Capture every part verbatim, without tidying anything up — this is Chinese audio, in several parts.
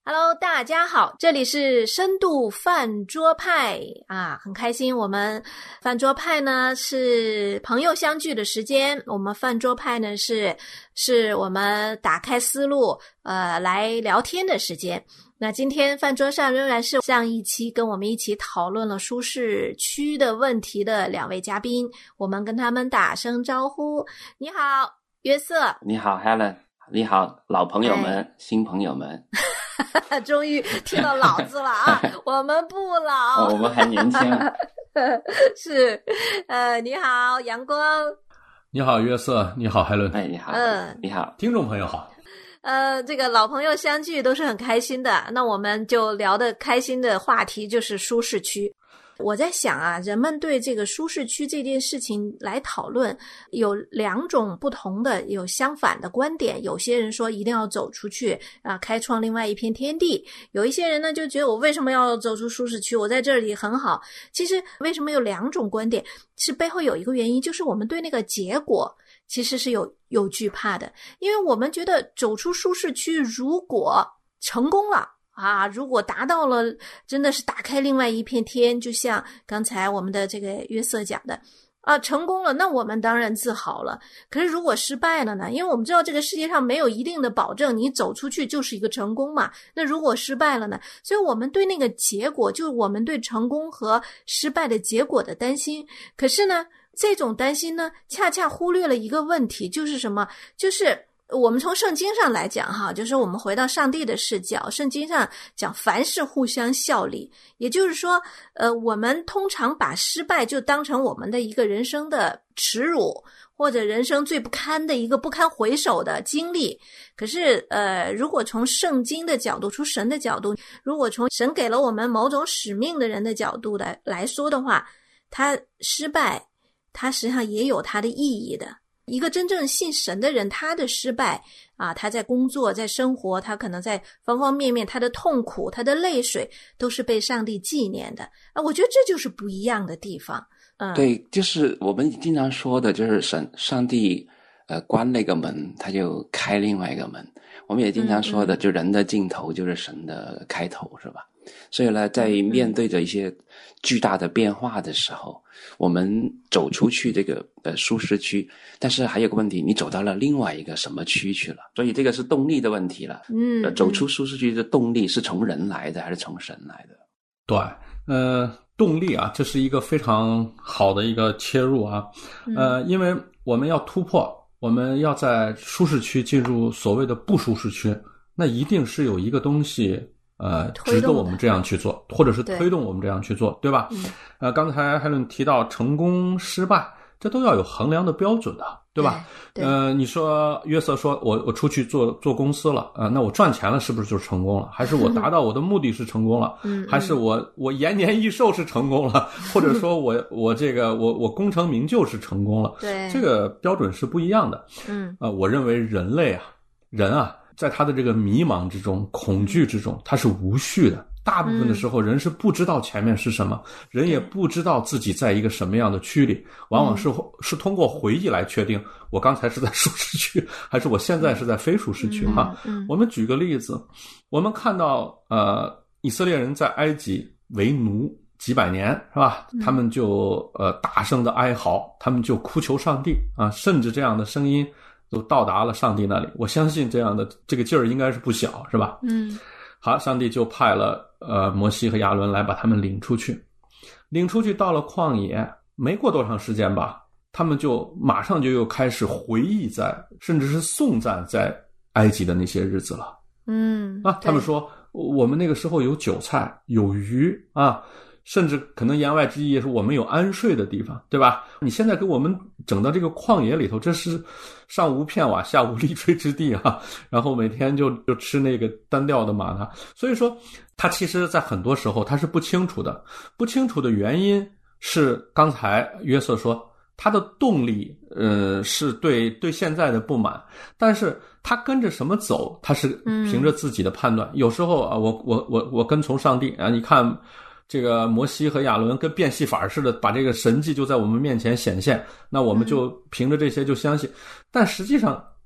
Hello， 大家好，这里是深度饭桌派啊，很开心。我们饭桌派呢是朋友相聚的时间，我们饭桌派呢是是我们打开思路，呃，来聊天的时间。那今天饭桌上仍然是上一期跟我们一起讨论了舒适区的问题的两位嘉宾，我们跟他们打声招呼。你好，约瑟。 你好 Helen。 你好，老朋友们、哎、新朋友们。 终于听到老字了啊！我们不老、 哦、我们还年轻。 是，呃，你好，阳光。 你好，约瑟。你好，海伦。 哎，你好。 嗯， 你好， 听众朋友好。 呃，这个老朋友相聚都是很开心的。那我们就聊的开心的话题就是舒适区。我在想啊，人们对这个舒适区这件事情来讨论，有两种不同的、有相反的观点。有些人说一定要走出去啊，开创另外一片天地。有一些人呢就觉得我为什么要走出舒适区？我在这里很好。其实为什么有两种观点？是背后有一个原因，就是我们对那个结果其实是有有惧怕的，因为我们觉得走出舒适区，如果成功了。啊，如果达到了，真的是打开另外一片天，就像刚才我们的这个约瑟讲的啊，成功了，那我们当然自豪了。可是如果失败了呢？因为我们知道这个世界上没有一定的保证，你走出去就是一个成功嘛。那如果失败了呢？所以我们对那个结果，就是我们对成功和失败的结果的担心。可是呢，这种担心呢，恰恰忽略了一个问题，就是什么？就是我们从圣经上来讲哈，就是我们回到上帝的视角，圣经上讲凡事互相效力，也就是说呃，我们通常把失败就当成我们的一个人生的耻辱，或者人生最不堪的一个不堪回首的经历。可是呃，如果从圣经的角度，从神的角度，如果从神给了我们某种使命的人的角度来来说的话，他失败他实际上也有他的意义的。一个真正信神的人，他的失败啊，他在工作在生活，他可能在方方面面，他的痛苦他的泪水都是被上帝纪念的啊，我觉得这就是不一样的地方。嗯， 对，就是我们经常说的，就是神上帝呃关那个门他就开另外一个门。我们也经常说的，嗯嗯就人的尽头就是神的开头，是吧？所以呢，在面对着一些巨大的变化的时候，我们走出去这个呃舒适区，但是还有个问题，你走到了另外一个什么区去了？所以这个是动力的问题了。 嗯， 呃、走出舒适区的动力是从人来的还是从神来的？ 对，呃，动力啊，这是一个非常好的一个切入啊。呃，因为我们要突破，我们要在舒适区进入所谓的不舒适区，那一定是有一个东西。呃，值得我们这样去做，或者是推动我们这样去做， 对, 对吧？嗯、呃，刚才海伦提到成功失败，这都要有衡量的标准的，对吧？ 对对呃，你说约瑟说我我出去做做公司了，呃，那我赚钱了是不是就成功了？还是我达到我的目的是成功了？ 嗯， 还是我我延年益寿是成功了？或者说我我这个我我功成名就是成功了？ 对， 这个标准是不一样的。 嗯， 呃，我认为人类啊，人啊。在他的这个迷茫之中恐惧之中，他是无序的，大部分的时候人是不知道前面是什么、嗯、人也不知道自己在一个什么样的区里，往往是、嗯、是通过回忆来确定我刚才是在舒适区还是我现在是在非舒适区、嗯、哈、嗯、我们举个例子，我们看到呃以色列人在埃及为奴几百年是吧，他们就呃大声的哀嚎，他们就哭求上帝啊，甚至这样的声音都到达了上帝那里，我相信这样的这个劲儿应该是不小，是吧？ 嗯， 好，上帝就派了呃摩西和亚伦来把他们领出去，领出去到了旷野，没过多长时间吧，他们就马上就又开始回忆在，甚至是颂赞在埃及的那些日子了。 嗯， 啊，他们说我们那个时候有韭菜，有鱼啊。甚至可能言外之意也是我们有安睡的地方，对吧？你现在给我们整到这个旷野里头，这是上无片瓦下无立锥之地啊，然后每天就就吃那个单调的玛纳。所以说他其实在很多时候他是不清楚的，不清楚的原因是刚才约瑟说他的动力呃是对对现在的不满，但是他跟着什么走，他是凭着自己的判断、嗯、有时候啊我我我我跟从上帝啊，你看这个摩西和亚伦跟变戏法似的，把这个神迹就在我们面前显现，那我们就凭着这些就相信、嗯、但实际上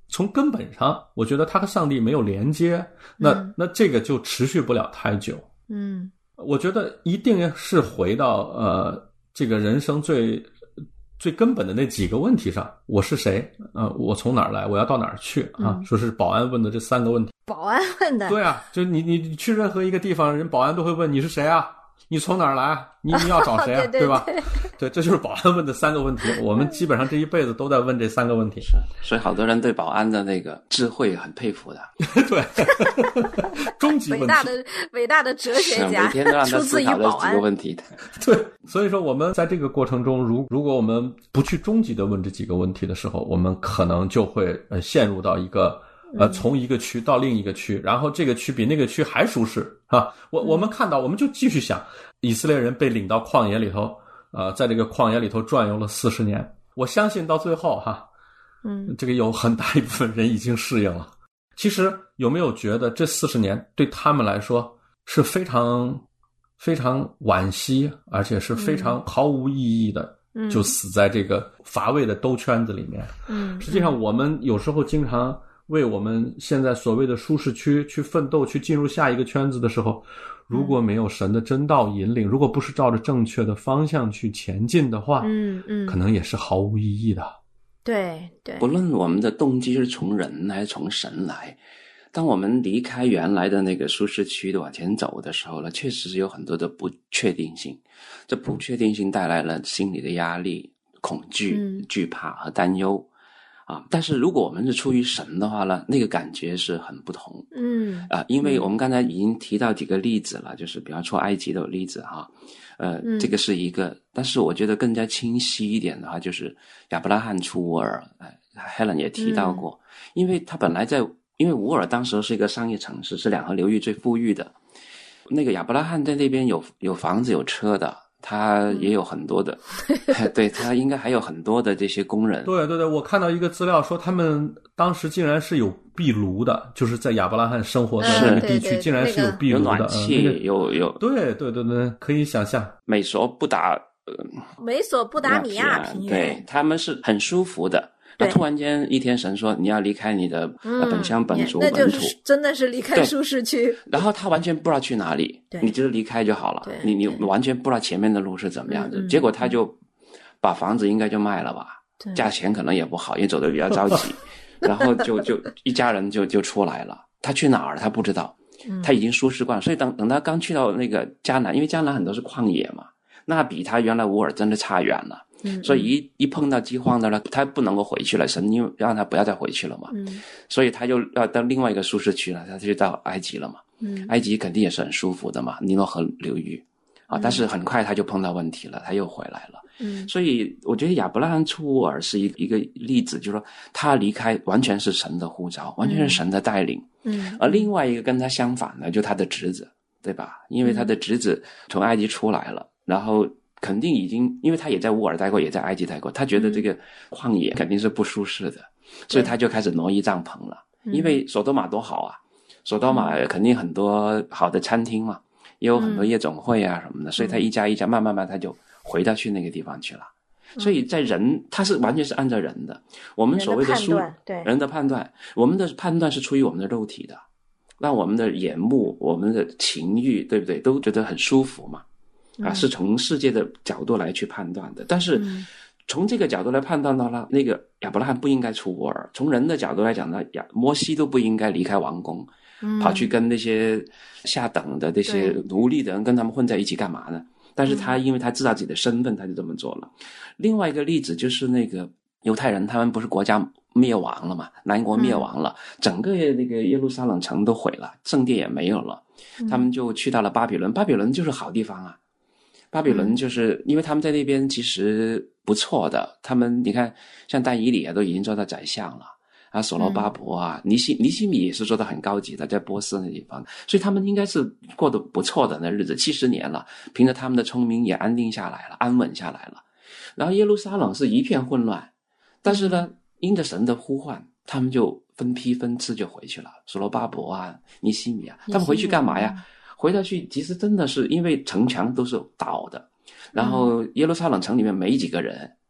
从根本上，我觉得他和上帝没有连接，那、嗯、那这个就持续不了太久。 嗯， 我觉得一定是回到呃这个人生最最根本的那几个问题上：我是谁？呃，我从哪儿来？我要到哪儿去？啊， 嗯、 说是保安问的这三个问题。 保安问的？ 对啊，就你你去任何一个地方，人保安都会问你是谁啊？你从哪儿来？你你要找谁啊？ 对对对吧？对，这就是保安问的三个问题。我们基本上这一辈子都在问这三个问题。 是，所以好多人对保安的那个智慧很佩服的。 对，终极问题。 伟大的伟大的哲学家， 每天都让他思考这几个问题的。 对，所以说我们在这个过程中，如如果我们不去终极的问这几个问题的时候，我们可能就会呃陷入到一个。呃，从一个区到另一个区，然后这个区比那个区还舒适啊！我我们看到，我们就继续想，以色列人被领到旷野里头，呃，在这个旷野里头转悠了四十年。我相信到最后哈， 嗯， 这个有很大一部分人已经适应了。其实有没有觉得这四十年对他们来说是非常非常惋惜，而且是非常毫无意义的？嗯，就死在这个乏味的兜圈子里面。 嗯， 实际上我们有时候经常。为我们现在所谓的舒适区去奋斗，去进入下一个圈子的时候，如果没有神的真道引领，如果不是照着正确的方向去前进的话， 嗯嗯， 可能也是毫无意义的。 对对， 不论我们的动机是从人还是从神来，当我们离开原来的那个舒适区的往前走的时候呢，确实是有很多的不确定性。这不确定性带来了心理的压力、恐惧、 嗯、 惧怕和担忧。啊，但是如果我们是出于神的话呢，那个感觉是很不同。 嗯啊，因为我们刚才已经提到几个例子了，就是比方说埃及的例子哈，呃， 嗯、 这个是一个，但是我觉得更加清晰一点的话，就是亚伯拉罕出乌尔，呃 Helen 也提到过，嗯、因为他本来在，因为乌尔当时是一个商业城市，是两河流域最富裕的，那个亚伯拉罕在那边有有房子有车的。他也有很多的，嗯、对他应该还有很多的这些工人。 对对对，我看到一个资料说，他们当时竟然是有壁炉的，就是在亚伯拉罕生活的那个地区，竟然是有壁炉的， 有暖气，嗯那个、有有。 对对对对，可以想象。 美索不达，呃， 美索不达米亚平原， 对，他们是很舒服的。那突然间一天神说你要离开你的本乡本族本土， 嗯、那就是真的是离开舒适区。 然后他完全不知道去哪里，你就是离开就好了。你你完全不知道前面的路是怎么样子。结果他就把房子应该就卖了吧，价钱可能也不好，因为走得比较着急。然后就就一家人就就出来了。他去哪儿他不知道，他已经舒适惯了。所以等等他刚去到那个迦南，因为迦南很多是旷野嘛，那比他原来乌尔真的差远了。 嗯， 所以一一碰到饥荒的了，他不能够回去了，神因为让他不要再回去了嘛， 嗯， 所以他就要到另外一个舒适区了，他就到埃及了嘛， 嗯， 埃及肯定也是很舒服的嘛，尼罗河流域啊，但是很快他就碰到问题了，他又回来了， 嗯， 所以我觉得亚伯拉罕出乌尔是一一个例子，就是说他离开完全是神的呼召，完全是神的带领， 嗯， 而另外一个跟他相反的，就他的侄子，对吧？因为他的侄子从埃及出来了，然后。肯定已经，因为他也在乌尔待过，也在埃及待过，他觉得这个旷野肯定是不舒适的，所以他就开始挪移帐篷了。因为索多玛多好啊，索多玛肯定很多好的餐厅嘛，也有很多夜总会啊什么的，所以他一家一家慢慢慢他就回到去那个地方去了。所以在人，他是完全是按照人的，我们所谓的书对人的判断，我们的判断是出于我们的肉体的，让我们的眼目、我们的情欲，对不对，都觉得很舒服嘛。啊，是从世界的角度来去判断的，但是从这个角度来判断到了，那个亚伯拉罕不应该出乌尔。从人的角度来讲呢，亚摩西都不应该离开王宫， 嗯、 跑去跟那些下等的这些奴隶的人跟他们混在一起干嘛呢？但是他因为他知道自己的身份，他就这么做了。另外一个例子就是那个犹太人，他们不是国家灭亡了嘛，南国灭亡了，嗯、整个那个耶路撒冷城都毁了，圣殿也没有了，他们就去到了巴比伦。巴比伦就是好地方啊。巴比伦就是因为他们在那边其实不错的，他们你看像但以理啊都已经做到宰相了啊，所罗巴伯啊，尼西尼西米也是做到很高级的，在波斯那地方，所以他们应该是过得不错的那日子，七十年了，凭着他们的聪明也安定下来了，安稳下来了。然后耶路撒冷是一片混乱，但是呢，因着神的呼唤，他们就分批分次就回去了，所罗巴伯啊，尼西米啊，他们回去干嘛呀？回到去其实真的是因为城墙都是倒的，然后耶路撒冷城里面没几个人，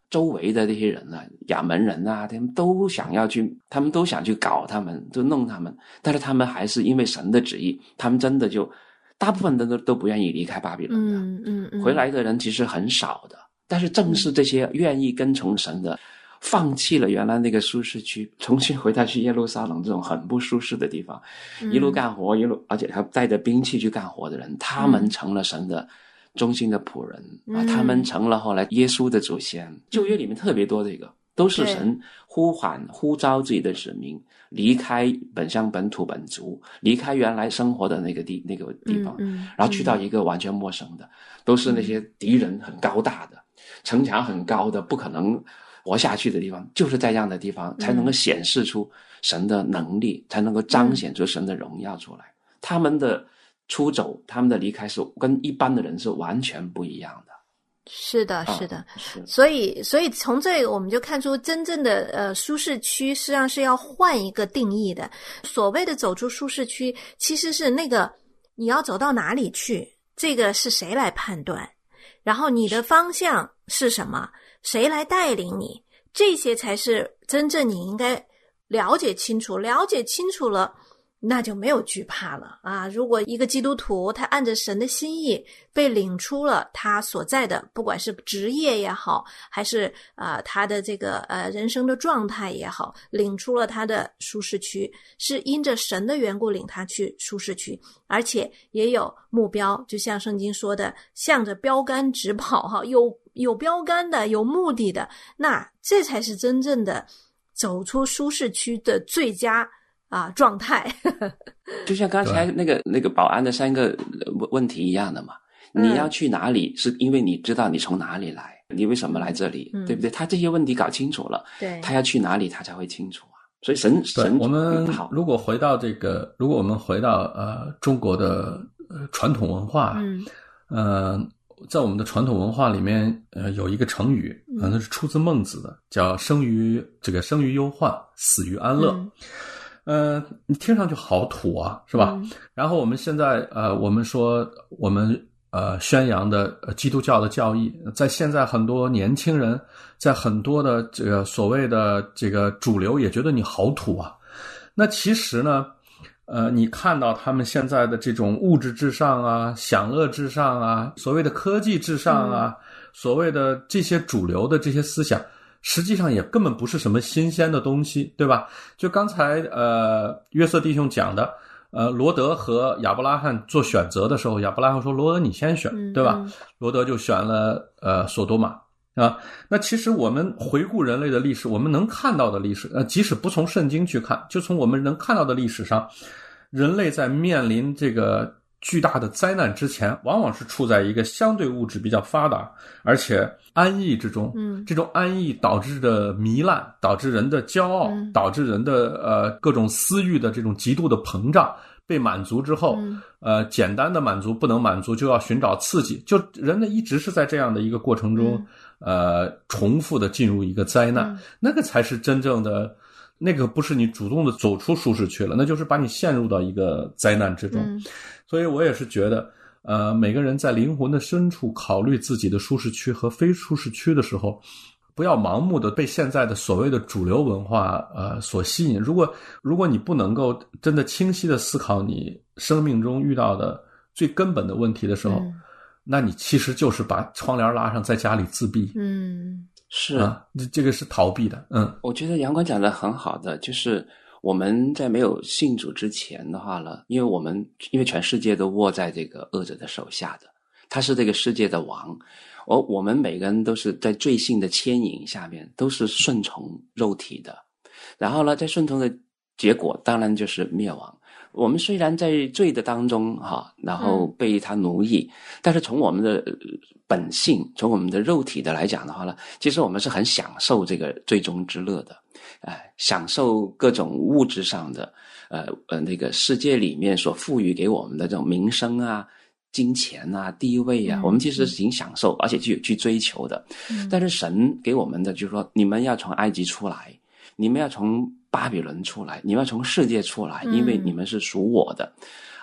周围的这些人啊，亚门人啊，他们都想要去，他们都想去搞他们，就弄他们，但是他们还是因为神的旨意，他们真的就大部分的都都不愿意离开巴比伦的， 嗯嗯嗯， 回来的人其实很少的，但是正是这些愿意跟从神的，放弃了原来那个舒适区，重新回到去耶路撒冷这种很不舒适的地方， 嗯、 一路干活一路，而且还带着兵器去干活的人，他们成了神的忠心的仆人、嗯、啊，他们成了后来耶稣的祖先。旧约里面特别多这个，都是神呼唤呼召自己的子民离开本乡本土本族，离开原来生活的那个地那个地方、嗯嗯、然后去到一个完全陌生的，都是那些敌人很高大的、城墙很高的，不可能活下去的地方，就是在这样的地方才能够显示出神的能力、嗯、才能够彰显出神的荣耀出来、嗯、他们的出走，他们的离开是跟一般的人是完全不一样的。 是的是的、啊、 是所以所以从这个我们就看出真正的呃舒适区实际上是要换一个定义的。所谓的走出舒适区，其实是那个你要走到哪里去，这个是谁来判断，然后你的方向是什么，谁来带领你，这些才是真正你应该了解清楚，了解清楚了那就没有惧怕了啊！如果一个基督徒他按着神的心意被领出了他所在的，不管是职业也好，还是啊、呃、他的这个呃人生的状态也好，领出了他的舒适区，是因着神的缘故领他去舒适区，而且也有目标，就像圣经说的，向着标杆直跑哈，有有标杆的，有目的的，那这才是真正的走出舒适区的最佳啊，状态。 就像刚才那个那个保安的三个问题一样的嘛，你要去哪里、嗯、是因为你知道你从哪里来，你为什么来这里、嗯、对不对？他这些问题搞清楚了，对，他要去哪里他才会清楚啊。所以神神我们如果回到这个如果我们回到呃中国的呃传统文化，嗯呃在我们的传统文化里面呃有一个成语啊、呃，那是出自孟子的，叫生于这个生于忧患，死于安乐。嗯呃，你听上去好土啊，是吧？嗯、然后我们现在呃，我们说我们呃宣扬的、呃、基督教的教义，在现在很多年轻人，在很多的这个所谓的这个主流也觉得你好土啊。那其实呢，呃，你看到他们现在的这种物质至上啊、享乐至上啊、所谓的科技至上啊、嗯、所谓的这些主流的这些思想。实际上也根本不是什么新鲜的东西，对吧？就刚才呃约瑟弟兄讲的，呃罗德和亚伯拉罕做选择的时候，亚伯拉罕说罗德你先选，对吧？嗯、罗德就选了呃索多玛啊。那其实我们回顾人类的历史，我们能看到的历史，呃即使不从圣经去看，就从我们能看到的历史上，人类在面临这个巨大的灾难之前，往往是处在一个相对物质比较发达而且安逸之中。嗯，这种安逸导致的糜烂，导致人的骄傲，嗯、导致人的呃各种私欲的这种极度的膨胀，被满足之后，嗯、呃简单的满足不能满足，就要寻找刺激，就人类一直是在这样的一个过程中，嗯、呃重复的进入一个灾难，嗯、那个才是真正的。那个不是你主动的走出舒适区了，那就是把你陷入到一个灾难之中。嗯、所以我也是觉得呃，每个人在灵魂的深处考虑自己的舒适区和非舒适区的时候，不要盲目的被现在的所谓的主流文化呃所吸引。如果如果你不能够真的清晰的思考你生命中遇到的最根本的问题的时候，嗯、那你其实就是把窗帘拉上，在家里自闭。 嗯。 是啊，这个是逃避的。嗯， 我觉得杨光讲的很好的，就是我们在没有信主之前的话呢，因为我们因为全世界都握在这个恶者的手下的，他是这个世界的王，而我们每个人都是在罪性的牵引下面，都是顺从肉体的，然后呢，在顺从的结果当然就是灭亡。我们虽然在罪的当中哈，然后被他奴役，嗯、但是从我们的本性，从我们的肉体的来讲的话呢，其实我们是很享受这个最终之乐的，呃，享受各种物质上的，呃呃那个世界里面所赋予给我们的这种名声啊、金钱啊、地位啊，嗯、我们其实是挺享受，而且去去追求的。嗯、但是神给我们的就是说，你们要从埃及出来，你们要从巴比伦出来，你们要从世界出来，因为你们是属我的。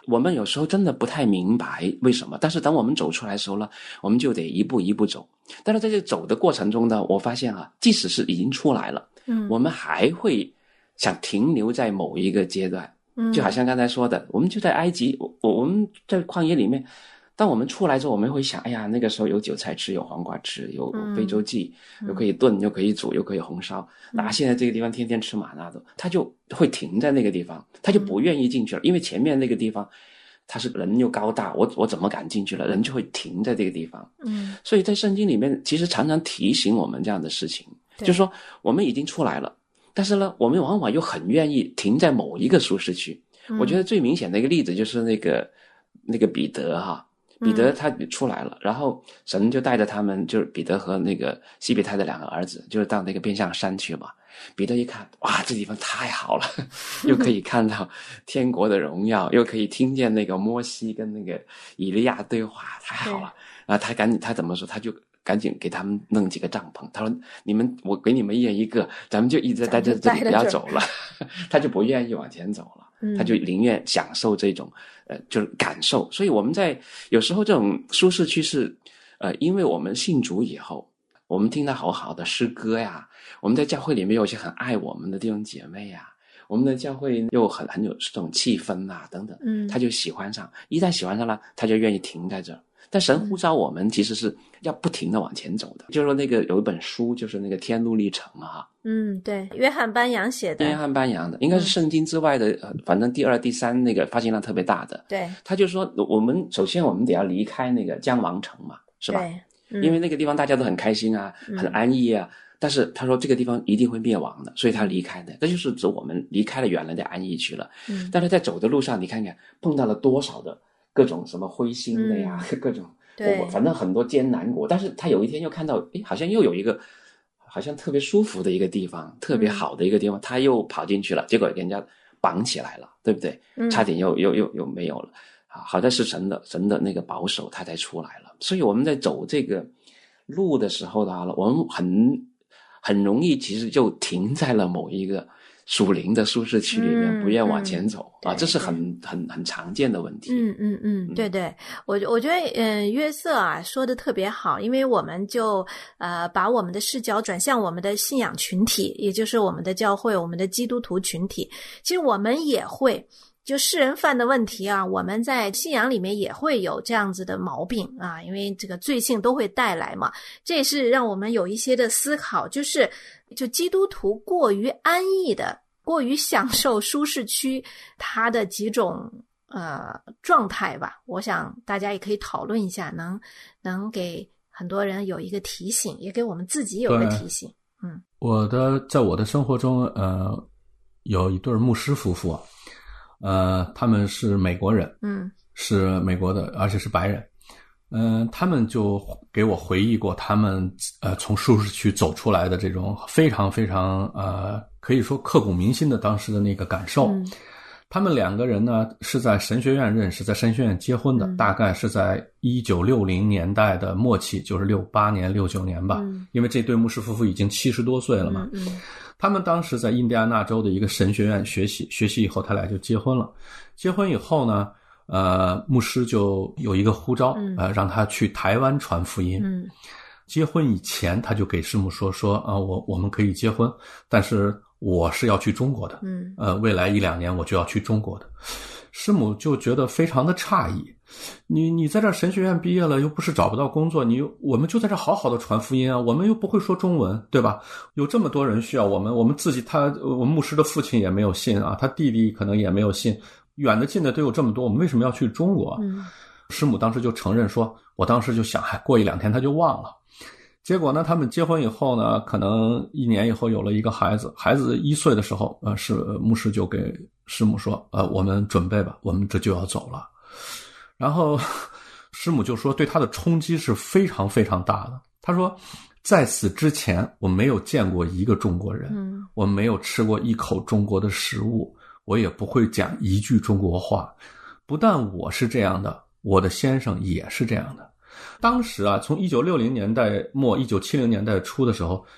我们有时候真的不太明白为什么，但是等我们走出来的时候呢，我们就得一步一步走。但是在这走的过程中呢，我发现啊，即使是已经出来了，嗯，我们还会想停留在某一个阶段，嗯，就好像刚才说的，我们就在埃及，我我们在旷野里面，当我们出来之后，我们会想，哎呀，那个时候有韭菜吃，有黄瓜吃，有非洲蓟，嗯，又可以炖，又可以煮，又可以红烧。哪，嗯啊，现在这个地方天天吃玛纳的，他就会停在那个地方，他就不愿意进去了，因为前面那个地方，他是人又高大，我我怎么敢进去了？人就会停在这个地方。嗯，所以在圣经里面，其实常常提醒我们这样的事情，就是说我们已经出来了，但是呢，我们往往又很愿意停在某一个舒适区。嗯，我觉得最明显的一个例子就是那个那个彼得哈。彼得他出来了，然后神就带着他们，就是彼得和那个西比泰的两个儿子，就是到那个变相山去嘛。彼得一看，哇，这地方太好了，又可以看到天国的荣耀，又可以听见那个摩西跟那个以利亚对话，太好了。然后他赶紧，他怎么说？他就赶紧给他们弄几个帐篷。他说：“你们，我给你们一人一个，咱们就一直待在这里，不要走了。”他就不愿意往前走了。他就宁愿享受这种呃就是感受。所以我们在有时候这种舒适区是呃因为我们信主以后，我们听到好好的诗歌呀，我们在教会里面有些很爱我们的弟兄姐妹呀，我们的教会又很很有这种气氛啊等等，嗯，他就喜欢上，一旦喜欢上了，他就愿意停在这儿。但神呼召我们其实是要不停的往前走的，就是说那个有一本书，就是那个天路历程啊。 嗯，对，约翰班扬写的。 约翰班扬的，应该是圣经之外的，嗯，反正第二、第三那个发行量特别大的。 对， 他就说，我们首先我们得要离开那个将王城嘛，是吧？ 对，嗯， 因为那个地方大家都很开心啊，很安逸啊。嗯，但是他说这个地方一定会灭亡的，所以他离开的，这就是指我们离开了原来的安逸去了。嗯，但是在走的路上，你看看碰到了多少的各种什么灰心的呀，嗯，各种。 对， 我反正很多艰难过，但是他有一天又看到，诶，好像又有一个好像特别舒服的一个地方，特别好的一个地方，他又跑进去了，结果给人家绑起来了，对不对？差点又又又又没有了。好在是神的神的那个保守，他才出来了。所以我们在走这个路的时候的话，我们很很容易其实就停在了某一个属灵的舒适区里面，嗯，不愿往前走，嗯，啊，这是很很很常见的问题。 嗯嗯嗯，对对，我我觉得嗯，约瑟啊说的特别好，因为我们就呃把我们的视角转向我们的信仰群体，也就是我们的教会，我们的基督徒群体。其实我们也会就世人犯的问题啊，我们在信仰里面也会有这样子的毛病啊，因为这个罪性都会带来嘛。这也是让我们有一些的思考，就是就基督徒过于安逸的，过于享受舒适区，它的几种呃状态吧。我想大家也可以讨论一下，能能给很多人有一个提醒，也给我们自己有一个提醒。嗯， 我的在我的生活中，呃，有一对牧师夫妇，呃，他们是美国人，嗯，是美国的，而且是白人。嗯、呃，他们就给我回忆过他们呃从舒适区走出来的这种非常非常呃可以说刻骨铭心的当时的那个感受。嗯，他们两个人呢是在神学院认识，在神学院结婚的，嗯，大概是在一九六零年代的末期，就是六八年六九年吧。嗯，因为这对牧师夫妇已经七十多岁了嘛。嗯，嗯他们当时在印第安纳州的一个神学院学习，学习以后他俩就结婚了。结婚以后呢，呃，牧师就有一个呼召，嗯、呃，让他去台湾传福音。嗯，结婚以前他就给师母说说啊、呃，我我们可以结婚，但是我是要去中国的。嗯，呃，未来一两年我就要去中国的。师母就觉得非常的诧异，你你在这神学院毕业了，又不是找不到工作，你我们就在这好好的传福音啊，我们又不会说中文，对吧？有这么多人需要我们，我们自己他我们牧师的父亲也没有信啊，他弟弟可能也没有信，远的近的都有这么多，我们为什么要去中国？嗯，师母当时就承认说，我当时就想，还过一两天他就忘了。结果呢，他们结婚以后呢，可能一年以后有了一个孩子，孩子一岁的时候，呃，是牧师就给师母说，呃，我们准备吧，我们这就要走了。然后师母就说，对他的冲击是非常非常大的。他说，在此之前，我没有见过一个中国人，嗯，我没有吃过一口中国的食物，我也不会讲一句中国话。不但我是这样的，我的先生也是这样的。当时啊，从一九六零年代末一九七零年代初的时候，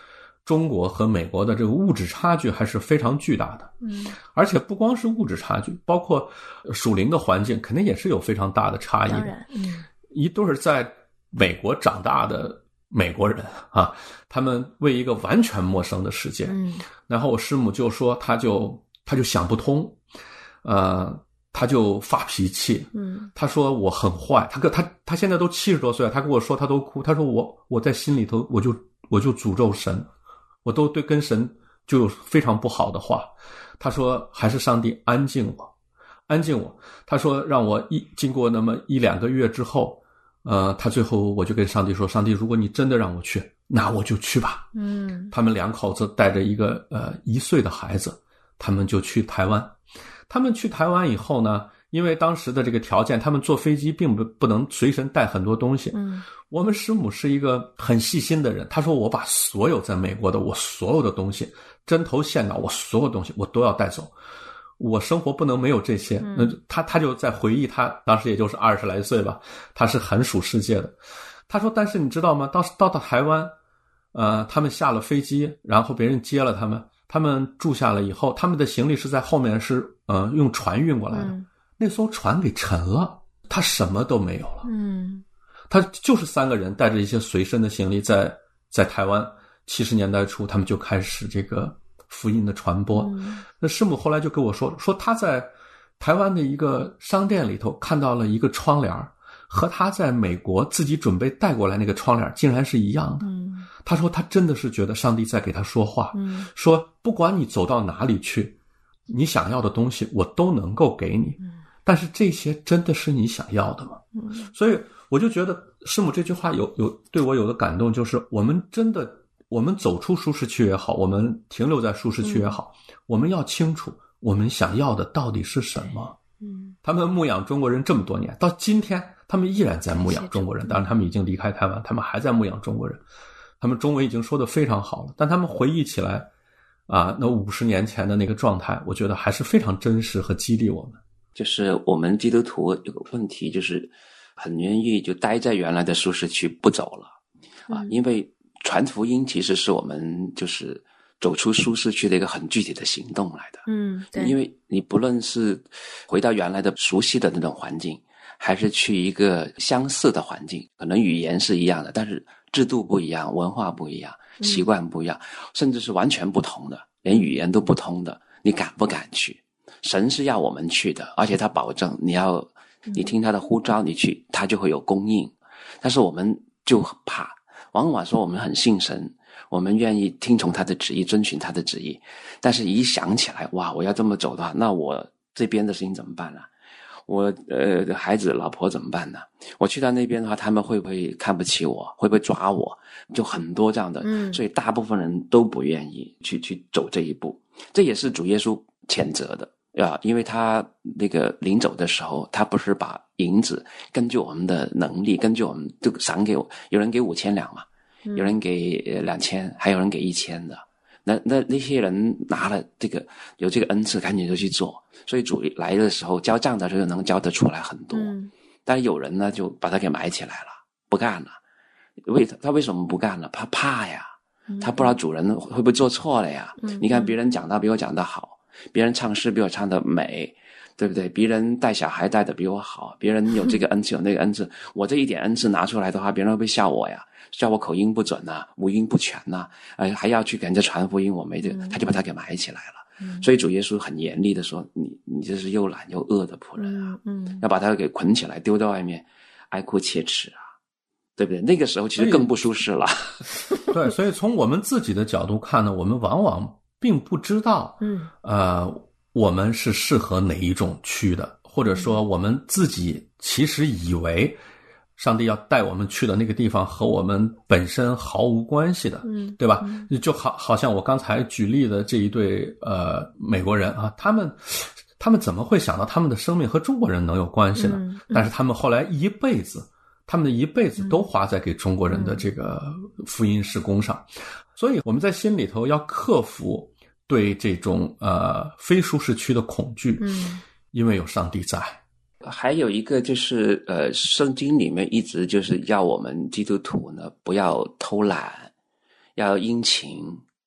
中国和美国的这个物质差距还是非常巨大的。 嗯， 而且不光是物质差距，包括属灵的环境肯定也是有非常大的差异的。 当然，嗯， 一对儿在美国长大的美国人啊，他们为一个完全陌生的世界， 嗯， 然后我师母就说他就他就想不通，呃他就发脾气， 嗯， 他说我很坏，他跟他他现在都七十多岁了，他跟我说他都哭，他说我我在心里头我就我就诅咒神，我都对跟神就有非常不好的话。他说还是上帝安静我，安静我。他说让我一经过那么一两个月之后，呃，他最后我就跟上帝说，上帝，如果你真的让我去，那我就去吧。 嗯， 他们两口子带着一个呃一岁的孩子，他们就去台湾。他们去台湾以后呢，因为当时的这个条件，他们坐飞机并不不能随身带很多东西。 嗯， 我们师母是一个很细心的人，她说我把所有在美国的我所有的东西，针头线脑，我所有东西我都要带走。我生活不能没有这些。那他他就在回忆，他当时也就是二十来岁吧，他是很属世界的。他说，但是你知道吗？到到到台湾，呃，他们下了飞机，然后别人接了他们，他们住下了以后，他们的行李是在后面是呃用船运过来的。嗯，那艘船给沉了，他什么都没有了。 嗯， 他就是三个人带着一些随身的行李在在台湾七十年代初，他们就开始这个福音的传播。 嗯， 那师母后来就跟我说，说他在台湾的一个商店里头看到了一个窗帘，和他在美国自己准备带过来那个窗帘竟然是一样的。 嗯， 他说他真的是觉得上帝在给他说话。 嗯， 说不管你走到哪里去，你想要的东西我都能够给你。 嗯， 但是这些真的是你想要的吗？ 嗯， 所以我就觉得师母这句话有有对我有的感动，就是我们真的我们走出舒适区也好，我们停留在舒适区也好，嗯，我们要清楚我们想要的到底是什么。 嗯， 他们牧养中国人这么多年，到今天他们依然在牧养中国人，当然他们已经离开台湾，他们还在牧养中国人，他们中文已经说得非常好了，但他们回忆起来啊，那五十年前的那个状态，我觉得还是非常真实和激励我们。 就是我们基督徒有个问题，就是很愿意就待在原来的舒适区不走了啊， 嗯， 因为传福音其实是我们就是走出舒适区的一个很具体的行动来的。 嗯，对， 因为你不论是回到原来的熟悉的那种环境，还是去一个相似的环境，可能语言是一样的，但是制度不一样，文化不一样，习惯不一样，嗯，甚至是完全不同的，连语言都不通的，你敢不敢去？神是要我们去的，而且他保证你要你听他的呼召，你去他就会有供应。但是我们就很怕，往往说我们很信神，我们愿意听从他的旨意，遵循他的旨意，但是一想起来，哇，我要这么走的话，那我这边的事情怎么办呢？我呃孩子老婆怎么办呢？我去到那边的话，他们会不会看不起我？会不会抓我？就很多这样的， 嗯， 所以大部分人都不愿意去去走这一步。这也是主耶稣谴责的啊，因为他那个临走的时候，他不是把银子根据我们的能力，根据我们就赏给我，有人给五千两嘛，有人给两千，还有人给一千的。那那那些人拿了这个有这个恩赐，赶紧就去做。所以主来的时候交账的时候能交得出来很多，嗯，但是有人呢就把它给埋起来了，不干了。为他为什么不干了？他怕呀，他不知道主人会不会做错了呀。嗯，你看别人讲道比我讲得好，别人唱诗比我唱得美，对不对？别人带小孩带得比我好，别人有这个恩赐有那个恩赐，我这一点恩赐拿出来的话，别人会不会笑我呀？笑我口音不准啊，五音不全啊，呃，还要去给人家传福音，我没这个，他就把他给埋起来了。嗯，所以主耶稣很严厉的说，你你这是又懒又恶的仆人啊，嗯嗯，要把他给捆起来丢在外面，哀哭切齿啊，对不对？那个时候其实更不舒适了。 对，所以从我们自己的角度看呢，我们往往并不知道，嗯，呃，我们是适合哪一种区的，或者说我们自己其实以为上帝要带我们去的那个地方和我们本身毫无关系的，嗯，对吧？嗯，就好好像我刚才举例的这一对呃美国人啊，他们他们怎么会想到他们的生命和中国人能有关系呢？嗯嗯，但是他们后来一辈子，他们的一辈子都花在给中国人的这个福音事工上，所以我们在心里头要克服对这种呃非舒适区的恐惧，嗯，因为有上帝在。 还有一个就是呃圣经里面一直就是要我们基督徒呢不要偷懒，要殷勤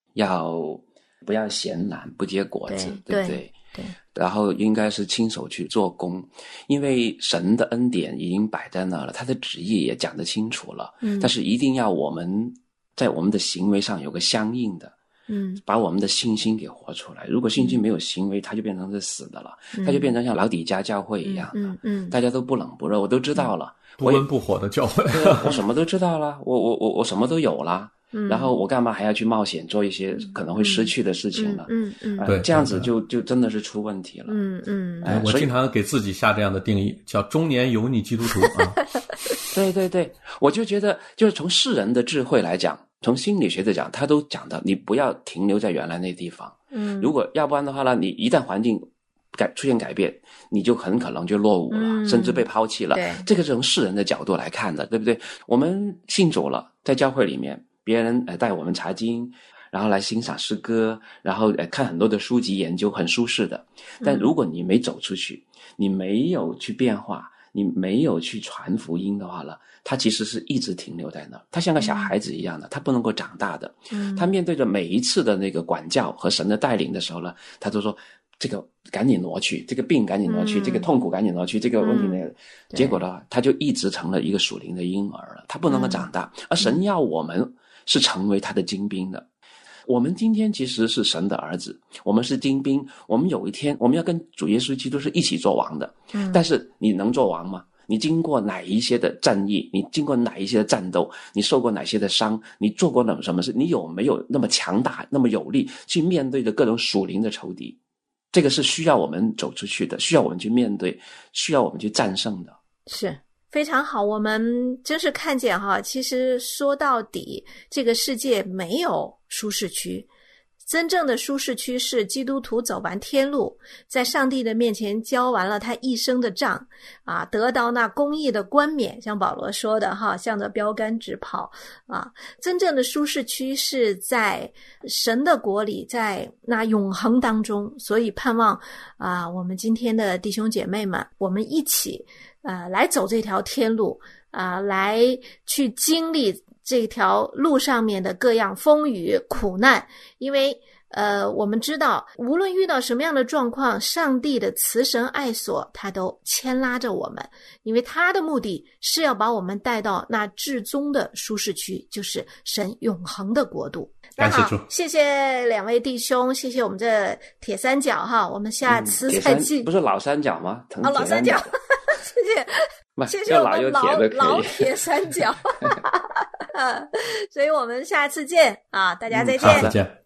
要不要闲懒不结果子， 对对不对？ 对， 然后应该是亲手去做工，因为神的恩典已经摆在那了，他的旨意也讲得清楚了。 嗯， 但是一定要我们在我们的行为上有个相应的， 嗯， 把我们的信心给活出来。如果信心没有行为，它就变成是死的了，嗯、它就变成像老底嘉教会一样的， 嗯 嗯, 嗯， 大家都不冷不热，我都知道了， 不温不火的教会， 我什么都知道了，我我我我什么都有了。 嗯、 然后我干嘛还要去冒险做一些可能会失去的事情呢？ 嗯嗯， 呃、 对， 这样子就就真的是出问题了。 嗯嗯， 呃、 我经常给自己下这样的定义，叫中年油腻基督徒啊。 对对对，我就觉得，就是从世人的智慧来讲，从心理学的讲，他都讲到，你不要停留在原来那地方。 嗯， 如果要不然的话呢，你一旦环境改出现改变，你就很可能就落伍了， 嗯、 甚至被抛弃了。 对， 这个是从世人的角度来看的，对不对？我们信主了，在教会里面。别人呃带我们查经，然后来欣赏诗歌，然后呃看很多的书籍研究，很舒适的。但如果你没走出去，你没有去变化，你没有去传福音的话了，他其实是一直停留在那儿，他像个小孩子一样的，他不能够长大的。 嗯， 他面对着每一次的那个管教和神的带领的时候呢，他都说这个赶紧挪去，这个病赶紧挪去， 嗯、 这个痛苦赶紧挪去，这个问题那个、 嗯、 结果呢，他就一直成了一个属灵的婴儿了，他不能够长大。嗯、而神要我们是成为他的精兵的。我们今天其实是神的儿子，我们是精兵，我们有一天我们要跟主耶稣基督是一起做王的。 嗯， 但是你能做王吗？你经过哪一些的战役，你经过哪一些的战斗，你受过哪些的伤，你做过什么事，你有没有那么强大那么有力去面对着各种属灵的仇敌？这个是需要我们走出去的，需要我们去面对，需要我们去战胜的。 是非常好，我们真是看见哈，其实说到底，这个世界没有舒适区，真正的舒适区是基督徒走完天路，在上帝的面前交完了他一生的账啊，得到那公义的冠冕，像保罗说的哈，向着标杆直跑啊。真正的舒适区是在神的国里，在那永恒当中，所以盼望啊，我们今天的弟兄姐妹们，我们一起呃来走这条天路啊、呃，来去经历这条路上面的各样风雨苦难，因为呃，我们知道无论遇到什么样的状况，上帝的慈神爱所他都牵拉着我们，因为他的目的是要把我们带到那至终的舒适区，就是神永恒的国度。 感谢主， 谢谢两位弟兄，谢谢我们这铁三角哈，我们下次再见、 嗯、不是老三角吗？藤哦，老三角谢谢谢谢我们老老铁三角所以我们下次见啊，大家再见， 再见。